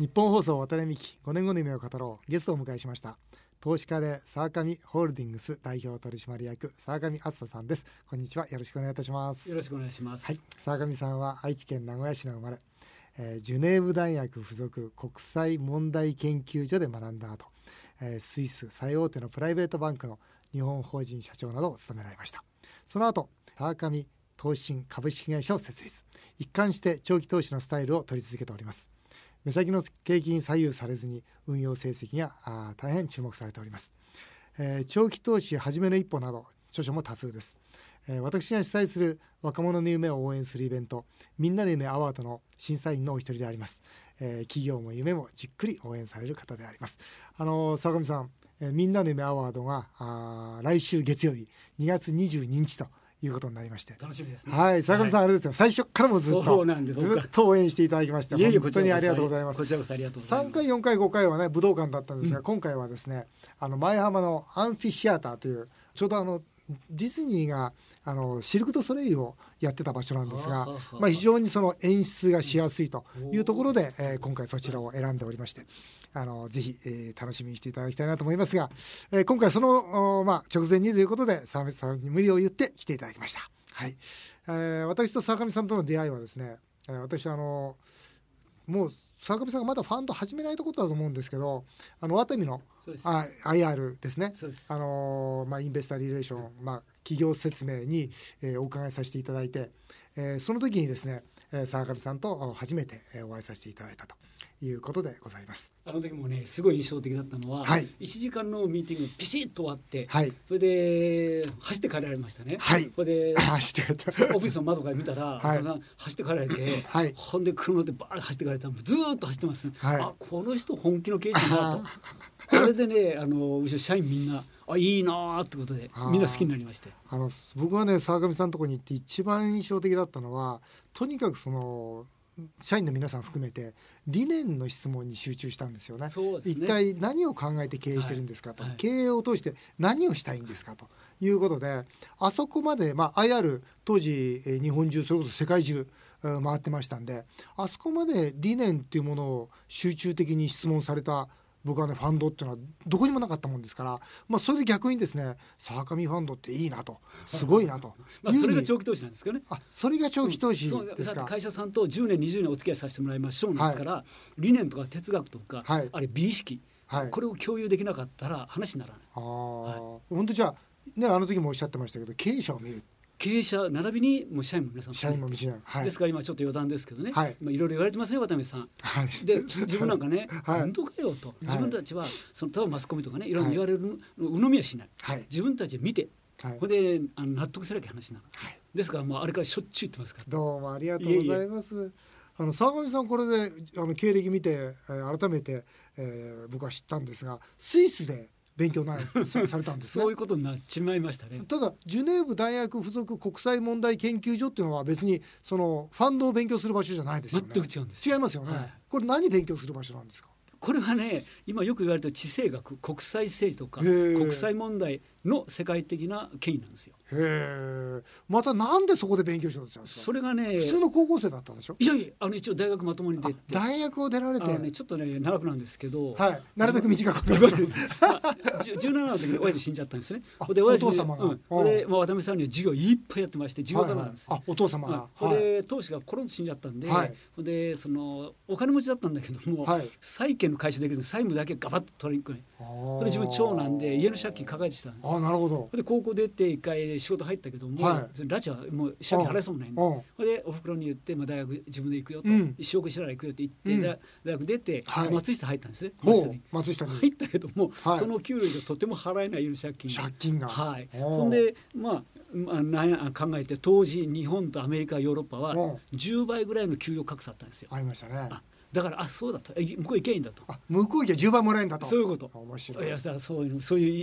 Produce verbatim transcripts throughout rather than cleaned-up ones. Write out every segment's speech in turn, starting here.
日本放送渡辺美希ごねんごの夢を語ろう。ゲストをお迎えしました。投資家で沢上ホールディングス代表取締役沢上梓さんです。こんにちは。よろしくお願いいたします。 よろしくお願いします。 はい、沢上さんは愛知県名古屋市の生まれ、えー、ジュネーブ大学附属国際問題研究所で学んだ後、えー、スイス最大手のプライベートバンクの日本法人社長などを務められました。その後沢上投資信株式会社を設立。一貫して長期投資のスタイルを取り続けております。目先の景気に左右されずに運用成績が大変注目されております。えー、長期投資はじめの一歩など著書も多数です。えー、私が主催する若者の夢を応援するイベント、みんなの夢アワードの審査員のお一人であります。えー、企業も夢もじっくり応援される方であります。あのー、沢上さん、えー、みんなの夢アワードがあ来週月曜日にがつにじゅうににちということになりまして、 楽しみですね。 はい、沢上さん、はい、あれですよ、最初からもずっとそうなんです、 ずっと応援していただきまして、 いえいえ、 本当にありがとうございます。 こちらこそありがとうございます。 さんかいよんかいごかいはね武道館だったんですが、うん、今回はですね、あの前浜のアンフィシアターという、ちょうどあのディズニーがあのシルク・ドゥ・ソレイユをやってた場所なんですが、まあ、非常にその演出がしやすいというところで、えー、今回そちらを選んでおりまして、あのぜひ、えー、楽しみにしていただきたいなと思いますが、えー、今回その、まあ、直前にということで沢上さんに無理を言って来ていただきました。はい、えー、私と沢上さんとの出会いはですね、えー、私あのもう沢上さんがまだファンド始めないところだと思うんですけど、あのワタミのあ アイアール ですね、あの、まあ、インベスターリレーション、まあ、企業説明に、えー、お伺いさせていただいて、えー、その時にですね、えー、沢上さんと初めてお会いさせていただいたということでございます。 あの時もね、すごい印象的だったのは、はい、いちじかんのミーティングピシッと終わって、はい、それで走って帰られましたね。はい、それで走って帰ったオフィスの窓から見たら、はい、走って帰られて、はい、ほんで車でバーッ走って帰られたらずーっと走ってます、ね。はい、あ、この人本気の経営者だとあれでね、あのうちの社員みんなあいいなってことでみんな好きになりまして、 あの僕はね沢上さんのところに行って一番印象的だったのは、とにかくその社員の皆さん含めて理念の質問に集中したんですよね。そうですね。一体何を考えて経営してるんですかと、はいはい、経営を通して何をしたいんですかということで、あそこまで、まあ、アイアール 当時日本中それこそ世界中回ってましたんで、あそこまで理念っていうものを集中的に質問された僕はね、ファンドっていうのはどこにもなかったもんですから、まあ、それで逆にですね、沢上ファンドっていいなと、すごいなとまあそれが長期投資なんですけどね。 あ、それが長期投資ですか。 うん、会社さんとじゅうねんにじゅうねんお付き合いさせてもらいましょうなんですから、はい、理念とか哲学とか、はい、あれ美意識、はい、これを共有できなかったら話にならない。あ、 はい、本当じゃあ、ね、あの時もおっしゃってましたけど、経営者を見る、 経営者並びにもう社員も皆さん、 社員も見る、はい、 ですから今ちょっと余談ですけどね、はい、今いろいろ言われてますね、渡辺さん、はい、で自分なんかね、はい、本当かよと、自分たちはその多分マスコミとかね、いろいろ言われるの鵜呑みはしない、はい、自分たちで見て、はい、これであの納得するわけ話なの、はい、ですからもうあれからしょっちゅう言ってますから。 どうもありがとうございます。いえいえ、あの沢上さん、これであの経歴見て、えー、改めて、えー、僕は知ったんですが、スイスで勉強なさ, されたんですね。 そういうことになっちまいましたね。 ただジュネーブ大学附属国際問題研究所っていうのは別にそのファンドを勉強する場所じゃないですよね。 全く違うんです。 違いますよね、はい、これ何勉強する場所なんですか。 これはね、今よく言われている地政学、国際政治とか国際問題の世界的な権威なんですよ。 へえ。またなんでそこで勉強しようとしたんですか。 それがね、普通の高校生だったんでしょ。 いやいや、あの一応大学まともに出て、 大学を出られて、 あの、ね、ちょっとね長くなんですけど、 はい、なるべく短くお願いします。 じゅうななの時に親父死んじゃったんですね。 でお父様が、 うん、で、まあ、渡辺さんには授業いっぱいやってまして、授業家なんです、 はいはい、あ、お父様が、 はい、で当時がコロンと死んじゃったんで、はい、でそのお金持ちだったんだけども、はい、債権の回収できず債務だけガバッと取りにくい。で自分長男で家の借金抱えてたんです。 あ、なるほど。 で高校出て一回仕事入ったけども、はい、ラチはもう借金払えそうもないんで、でおふくろに言って、まあ、大学自分で行くよと、うん、一生しながら行くよって言って、うん、大学出て、はい、松下入ったんですね。 松下に松下に入ったけども、はい、その給料がとても払えないよ借金が借金が、 はい、ほんでまあまあ、なん考えて当時日本とアメリカヨーロッパはじゅうばいぐらいの給与格差あったんですよ。 ありましたね。 あだからあそうだと向こう行けばいいんだと、 あ向こう行けばじゅうばいもらえるんだと。 そういうこと。 面白い。 いやそういうそういうあの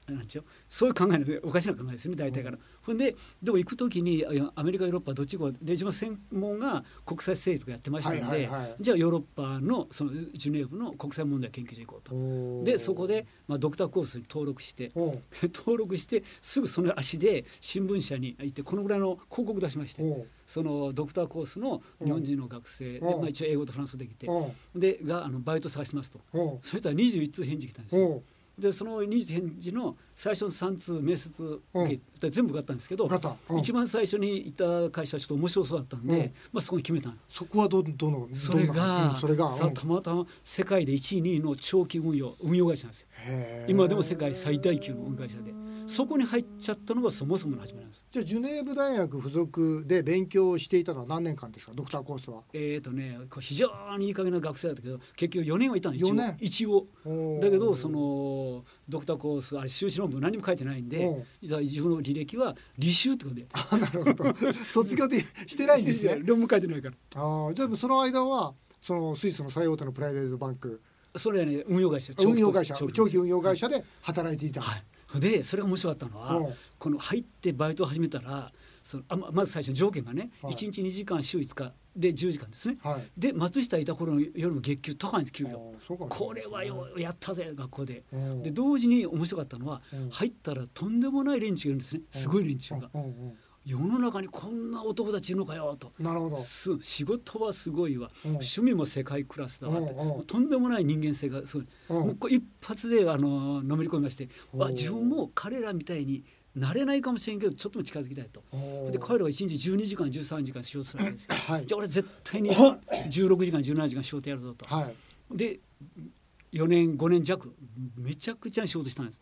なんちゅうそういう考えのおかしな考えですね大体から、うん、ほんででも行く時にアメリカヨーロッパどっち行こうで自分専門が国際政治とかやってましたので、はいはいはい、じゃあヨーロッパのそのジュネーブの国際問題研究所行こうとでそこで、まあ、ドクターコースに登録して登録してすぐその足で新聞社に行ってこのぐらいの広告出しましてそのドクターコースの日本人の学生で、まあ、一応英語とフランス語できてでがあのバイト探しますとそれとはにじゅういち通返事来たんですよ。でそのにじゅう返事の最初のさん通面接受け全部受かったんですけど、うん、一番最初に行った会社はちょっと面白そうだったんで、うんまあ、そこに決めた。 そこはどどのそれが、 うん、それが、 さあたまたま世界でいちいにいの長期運用運用会社なんですよ。今でも世界最大級の運会社でそこに入っちゃったのがそもそもの始まりなんです。 じゃあジュネーブ大学附属で勉強していたのは何年間ですかドクターコースは。 えーとね非常にいい加減な学生だったけど結局よねんはいたの一応一応だけどそのドクターコースあれ修士論文何も書いてないんで自分の履歴は履修ってことであなるほど卒業でしてないんですね論文書いてないから。 あじゃあその間はそのスイスの最大手のプライベートバンクそれはね運用会社運用会社長期運用会社で働いていた、 はい、でそれが面白かったのはこの入ってバイトを始めたらそのあまず最初の条件がね、はい、いちにちにじかん週いつかでじゅうじかんですね、はい、で松下いた頃の夜の月給高いんです給料、これはよやったぜ学校で、で同時に面白かったのは入ったらとんでもない連中がいるんですねすごい連中が世の中にこんな男たちいるのかよと。 なるほど仕事はすごいわ、うん、趣味も世界クラスだわって、うん、とんでもない人間性がすごい、うん、もうこう一発であののめり込みまして、わ自分も彼らみたいになれないかもしれんけどちょっとも近づきたいと。で彼らはいちにちじゅうにじかんじゅうさんじかん仕事するわけですよ、はい、じゃあ俺絶対にじゅうろくじかんじゅうななじかん仕事やるぞと、はい、でよねんごねん弱めちゃくちゃ仕事したんです。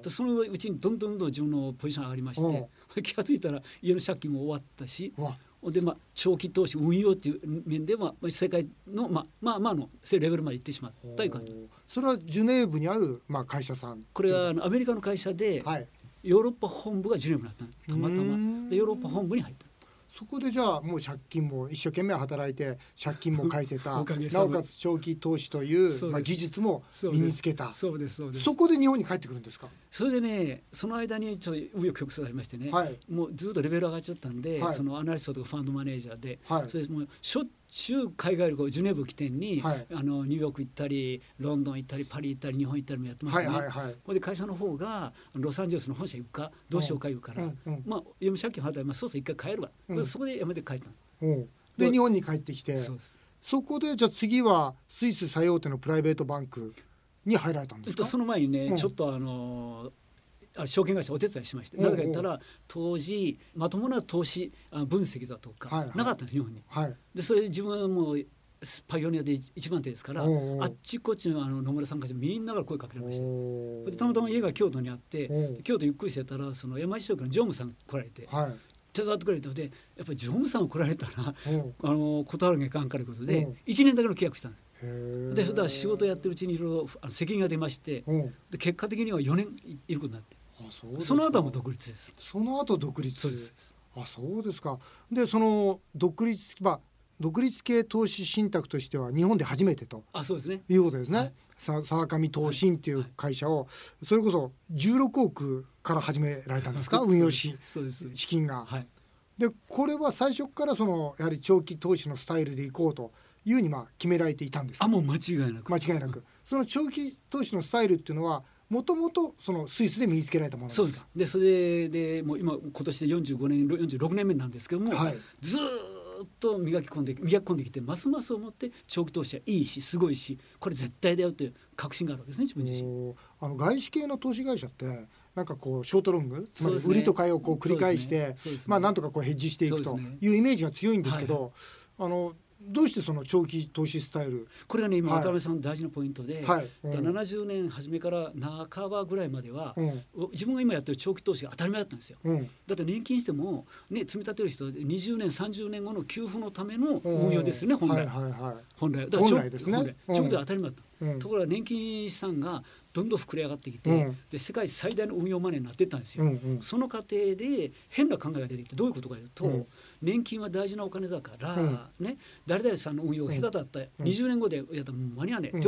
そのうちにどんどんどんどん自分のポジション上がりまして気が付いたら家の借金も終わったしで、まあ、長期投資運用っていう面では世界のまあまあまあのレベルまで行ってしまったいう感じ。 それはジュネーブにある、まあ、会社さんこれはあのアメリカの会社で、はい、ヨーロッパ本部がジュネーブになったたまたまでヨーロッパ本部に入った。 そこでじゃあもう借金も一生懸命働いて借金も返せたなおかつ長期投資という、まあ、技術も身につけた。 そうですそうです。 そこで日本に帰ってくるんですか。 それでねその間にちょっと紆余曲折ありましてね、はい、もうずっとレベル上がっちゃったんで、はい、そのアナリストとかファンドマネージャーで、はい、それでもうしょっちゅう海外旅行ジュネーブを起点に、はい、あのニューヨーク行ったりロンドン行ったりパリ行ったり日本行ったりもやってましたね、はいはいはい、これで会社の方がロサンゼルスの本社行くかどうしようか言うから、うんうん、まあ嫁借金払ったら、まあ、そうそう一回帰るわ、うん、そこで辞めて帰ったの、うん、 で日本に帰ってきて そ, そこでじゃあ次はスイス最大手のプライベートバンクに入られたんですか。 その前にね、うん、ちょっとあのあ証券会社お手伝いしまして、なぜか言ったら当時まともな投資分析だとか、はいはい、なかったんです日本に、はい、でそれ自分はもうパイオニアで一番手ですから、おうおうあっちこっちの、あの野村さんたちみんなから声かけられましたでたまたま家が京都にあって京都ゆっくりしてたらその山一証券の常務さん来られて、はい、手伝ってくれたのでやっぱり常務さんが来られたらあの断るにはいかんからということでいちねんだけの契約したんです。でそれから仕事やってるうちにいろいろ責任が出ましてで結果的にはよねんいることになって、あ そ, その後はもう独立です。 その後独立。 そうです。 あそうですか。でその独立、まあ、独立系投資信託としては日本で初めてとあそうですねいうことですね、はい、沢上投信っていう会社をそれこそじゅうろくおくから始められたんですか運用し資金が、はい、でこれは最初からそのやはり長期投資のスタイルでいこうというふうにまあ決められていたんですか。 あもう間違いなく間違いなく、うん、その長期投資のスタイルっていうのはもともとそのスイスで身につけられたものですか。 そうです。でそれでもう今今年でよんじゅうごねんよんじゅうろくねんめなんですけども、はい、ずっと磨き込んで磨き込んできてますます思って長期投資はいいしすごいしこれ絶対だよっていう確信があるわけですね自分自身。 あの外資系の投資会社ってなんかこうショートロングつまり売りと買いをこう繰り返して、ねね、まあなんとかこうヘッジしていくというイメージが強いんですけど、はい、あのどうしてその長期投資スタイルこれがね今渡辺さんの大事なポイントで、はいうん、ななじゅうねん初めから半ばぐらいまでは、うん、自分が今やってる長期投資が当たり前だったんですよ、うん、だって年金しても、ね、積み立てる人はにじゅうねんさんじゅうねんごの給付のための運用ですよね、うん、本来、はいはいはい、本来だから本来ですね長期投資は当たり前だった、うん、ところが年金資産がどんどん膨れ上がってきて、うん、で世界最大の運用マネーになっていったんですよ、うんうん、その過程で変な考えが出てきてどういうことかというと、うん、年金は大事なお金だから、うんね、誰々さんの運用が下手だった、うん、にじゅうねんごでやったらもう間に合わねえ、うん、手遅れだと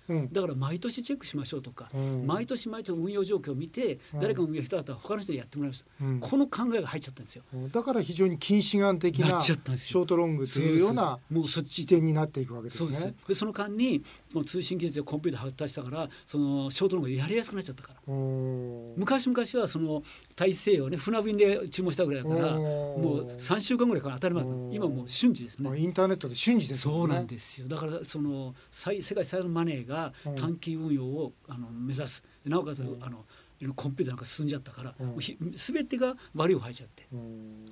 うん、だから毎年チェックしましょうとか、うん、毎年毎年運用状況を見て、うん、誰か運用下手だったら他の人にやってもらいます、うん、この考えが入っちゃったんですよ。 だから非常に近視眼的なショートロングというような視点になっていくわけですね。 そうです。その間に通信技術でコンピューター発達したからそのショートロングやりやすくなっちゃったから。昔々はその大西洋ね船便で注文したぐらいだからもうさんしゅうかんぐらいから当たり前。今もう瞬時ですね。 インターネットで瞬時ですね。 そうなんですよ。だからその世界最大のマネーが短期運用をあの目指す。なおかつ、うん、あのコンピューターなんか進んじゃったから、うん、全てがバリューを吐いちゃって、うん、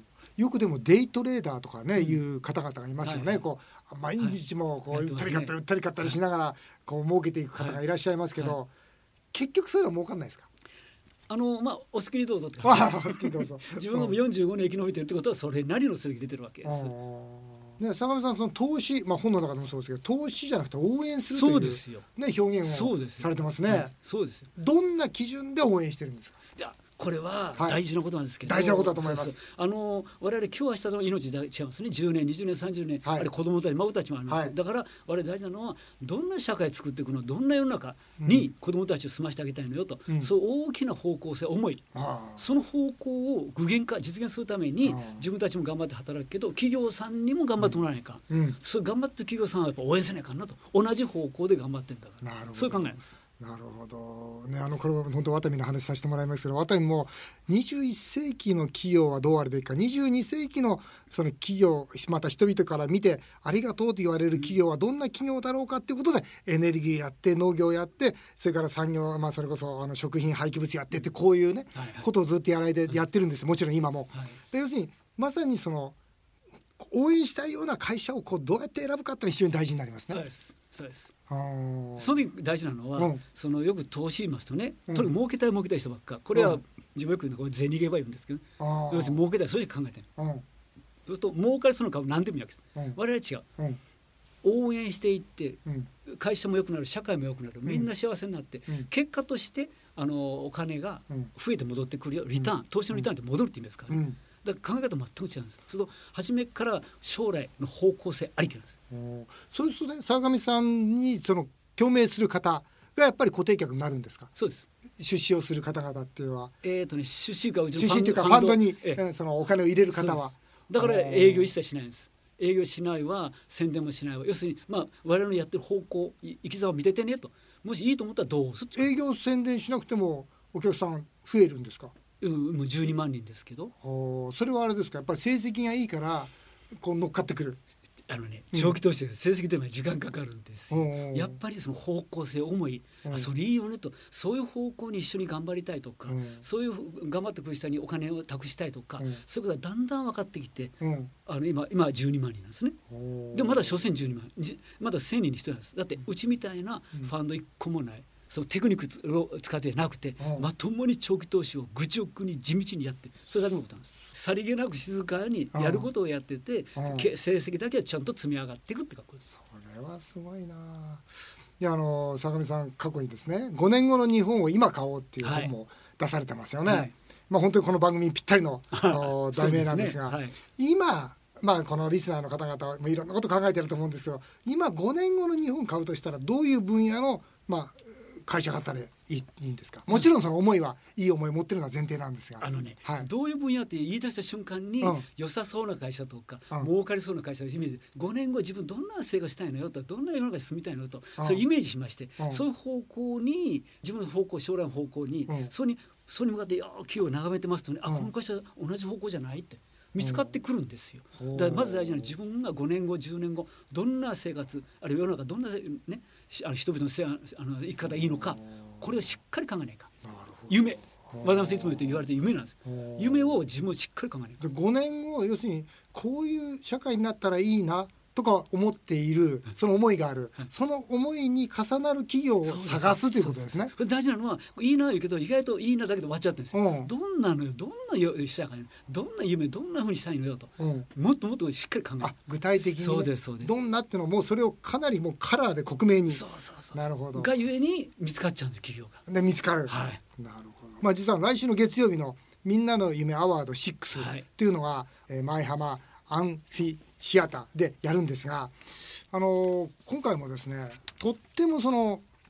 よくでもデイトレーダーとかね、うん、いう方々がいますよね、はい、こう毎日もこう、はい、売ったり買ったり売ったり買ったりしながらこう儲けていく方がいらっしゃいますけど、はいはい、結局そういうのは儲かんないですか？ あのまあ、お好きにどうぞって自分がよんじゅうごねん生き延びてるってことはそれなりの成績出てるわけです。 ね、相模さんその投資、まあ、本の中でもそうですけど投資じゃなくて応援するという、ね、表現をされてますね。 そうですよ。 どんな基準で応援してるんですか？ じゃあこれは大事なことなんですけど、 はい、大事なことだと思います。 そうそうあの我々今日明日の命で違いますね。じゅうねんにじゅうねんさんじゅうねん、はい、あれ子供たち孫たちもあります、はい、だから我々大事なのはどんな社会作っていくのどんな世の中に子供たちを住ましてあげたいのよと、うん、そう大きな方向性思い、うん、その方向を具現化実現するために自分たちも頑張って働くけど企業さんにも頑張ってもらわないか、うん、そう頑張ってる企業さんはやっぱ応援せないかなと同じ方向で頑張ってんだから、そういう考えなんです。 なるほど、ね、あのこれ本当ワタミの話させてもらいますけど、ワタミもにじゅういっせいきの企業はどうあるべきか、にじゅうにせいきのその企業また人々から見てありがとうと言われる企業はどんな企業だろうかっていうことでエネルギーやって農業やってそれから産業、まあ、それこそあの食品廃棄物やってってこういうね、はいはい、ことをずっとやられてやってるんです。もちろん今も、はい、で要するにまさにその応援したいような会社をこうどうやって選ぶかっていうのが非常に大事になりますね。 そうです、そうです。その時大事なのは、うん、そのよく投資言いますとね、うん、とにかく儲けたい儲けたい人ばっか、これは自分よく言うのは銭ゲバ言うんですけど、要するに儲けたいそれしか考えてない、うん、そうすると儲かりそうな株何でもいいわけです、うん、我々は違う、うん、応援していって、うん、会社も良くなる社会も良くなるみんな幸せになって、うん、結果としてあのお金が増えて戻ってくるよリターン、うん、投資のリターンって戻るって意味ですからね、うん、だから考え方全く違うんです。そうすると初めから将来の方向性ありきなんです。 そうするとね、相模さんにその共鳴する方がやっぱり固定客になるんですか？ そうです。 出資をする方々っていうのは、 えーとね、出資かうちの出資っていうかファンドに、ええ、そのお金を入れる方はだから営業一切しないんです。営業しないわ宣伝もしないわ、要するに、まあ、我々のやってる方向生き様を見ててねと、もしいいと思ったらどうする。 営業宣伝しなくてもお客さん増えるんですか？ うん、もうじゅうにまんにんですけど、 それはあれですか、やっぱり成績がいいからこう乗っかってくる。 あのね、長期投資で成績でも時間かかるんですよ、うん、やっぱりその方向性思い、うん、あそれいいよねと、そういう方向に一緒に頑張りたいとか、うん、そういう頑張ってくる人にお金を託したいとか、うん、そういうことがだんだん分かってきて、うん、あの 今, 今じゅうにまんにんなんですね。でもまだ所詮じゅうにまん、まだせんにんにひとりなんです。だってうちみたいなファンドいっこもない、そのテクニックを使ってなくて、うん、まともに長期投資を愚直に地道にやって、それだけのことなんです。さりげなく静かにやることをやってて、うん、成績だけはちゃんと積み上がっていくって格好です。 それはすごいな。いや、あの相模さん過去にですね、ごねんごの日本を今買おうっていう本も出されてますよね、はい、まあ、本当にこの番組にぴったりの題名なんですが、すね、はい、今まあ、このリスナーの方々もいろんなこと考えてると思うんですけど、今ごねんごの日本買うとしたらどういう分野の、まあ、会社方でい い, いいんですか？もちろんその思いはいい思いを持ってるのが前提なんですが、 あのね、はい、どういう分野って言い出した瞬間に、うん、良さそうな会社とか、うん、儲かりそうな会社のイメージで、ごねんご自分どんな生活したいのよと、どんな世の中に住みたいのよと、うん、そういうイメージしまして、うん、そういう方向に自分の方向将来の方向に、うん、それにそれに向かって企業を眺めてますとね、うん、あこの会社同じ方向じゃないって見つかってくるんですよ。だからまず大事なのは自分がごねんごじゅうねんごどんな生活、あるいは世の中どんな、ね、あの人々のせあの生き方いいのか、これをしっかり考えないか。夢、和田さんいつも言われてる夢なんです。夢を自分をしっかり考えないか。 でごねんご、要するにこういう社会になったらいいなとか思っている、その思いがある、はい、その思いに重なる企業を探すということですね。 これ大事なのはいいな言うけど意外といいなだけで終わっちゃってるんですよ、うん、どんなのよ、どんな社会、どんな夢、どんな風にしたいのよと、うん、もっともっとしっかり考える。あ、 具体的に、ね、 そうですそうです。 どんなっていうのもうそれをかなりもうカラーで克明に。 そうそうそう。 なるほど。 がゆえに見つかっちゃうんです企業が。 で見つかる。はい。なるほど。まあ実は来週の月曜日のみんなの夢アワードろくっていうのが、はい、えー、舞浜アンフィシアターでやるんですが、あのー、今回もですねとってもその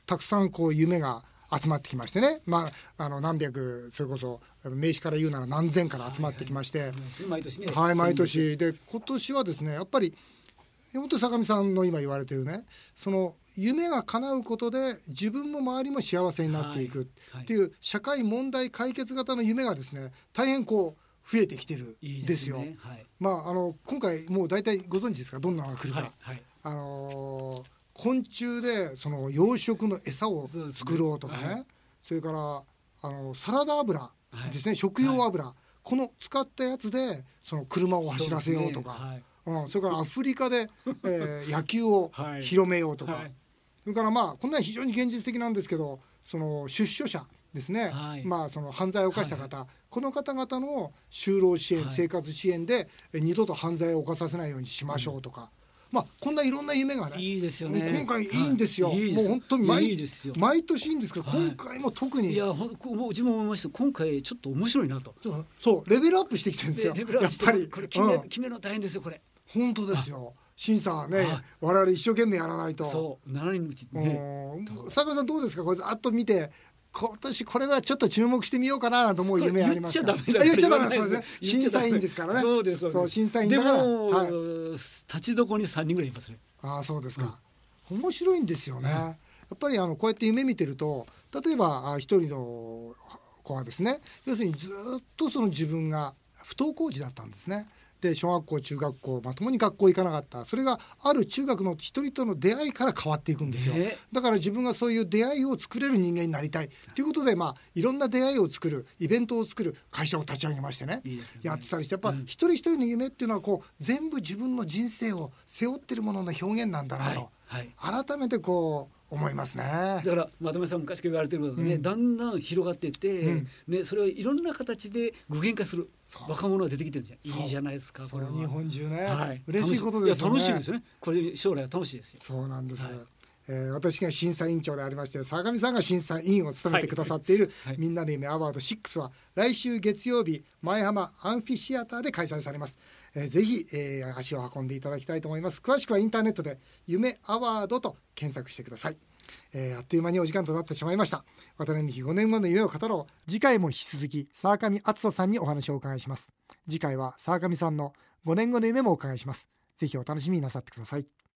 たくさんこう夢が集まってきましてね、まあ、あの何百それこそ名刺から言うなら何千から集まってきまして、はい、 毎年ね、 はい、毎年で今年はですねやっぱり本当に坂上さんの今言われてるねその夢が叶うことで自分も周りも幸せになっていくっていう社会問題解決型の夢がですね大変こう増えてきてるんですよ。いいですね、はい、まあ、あの今回もう大体ご存知ですかどんなのが来るか、はいはい、あのー、昆虫でその養殖の餌を作ろうとか ね, そ, ね、はい、それからあのサラダ油ですね、はい、食用油、はい、この使ったやつでその車を走らせようとか、 そうですね、はい、うん、それからアフリカで、えー、野球を広めようとか、はい、それからまあこんなの非常に現実的なんですけどその出所者ですね、はい、まあ、その犯罪を犯した方、はい、この方々の就労支援、はい、生活支援で二度と犯罪を犯させないようにしましょうとか、うん、まあ、こんないろんな夢がねいいですよね、 今回いいんですよ、はい、いいですもう本当に 毎, いいですよ毎年いいんですけど、はい、今回も特にいやもう自分も思いました今回ちょっと面白いなと。 そう、そうレベルアップしてきてるんですよ。 レベルアップしてやっぱりこれ決め、うん、決めるの大変ですよこれ。 本当ですよ。審査はね我々一生懸命やらないと。 そうしちにんのうちね。 坂上さんどうですかこれざっと見て今年これはちょっと注目してみようかなと思う夢ありますか。 言っちゃダメだ。 言っちゃダメですね。審査員ですからね。 そうですそうです。 審査員だから。 でも、はい、立ちどころにさんにんぐらいいますね。 ああそうですか、うん、面白いんですよね、うん、やっぱりあのこうやって夢見てると例えば一人の子はですね要するにずっとその自分が不登校児だったんですね。で小学校中学校まともに学校行かなかった。それがある中学の一人との出会いから変わっていくんですよ、えー、だから自分がそういう出会いを作れる人間になりたいということで、まあ、いろんな出会いを作るイベントを作る会社を立ち上げまして ね, いいですよねやってたりしてやっぱ、うん、一人一人の夢っていうのはこう全部自分の人生を背負ってるものの表現なんだなと、はいはい、改めてこう思いますね。 だからまとめさん昔から言われてることがね、うん、だんだん広がっていって、うんね、それをいろんな形で具現化する若者が出てきてるじゃん。いいじゃないですかこれは。 日本中ね、はい、嬉しいことですよね。 楽しいですよね。これ将来は楽しいですよ。 そうなんです、はい、えー、私が審査委員長でありまして坂上さんが審査委員を務めてくださっている、はいはい、みんなの夢アワードシックスは来週月曜日前浜アンフィシアターで開催されます。えー、ぜひ、えー、足を運んでいただきたいと思います。詳しくはインターネットで夢アワードと検索してください。えー、あっという間にお時間となってしまいました。渡辺美希ごねんごの夢を語ろう。次回も引き続き沢上敦人さんにお話をお伺いします。次回は沢上さんのごねんごの夢もお伺いします。ぜひお楽しみになさってください。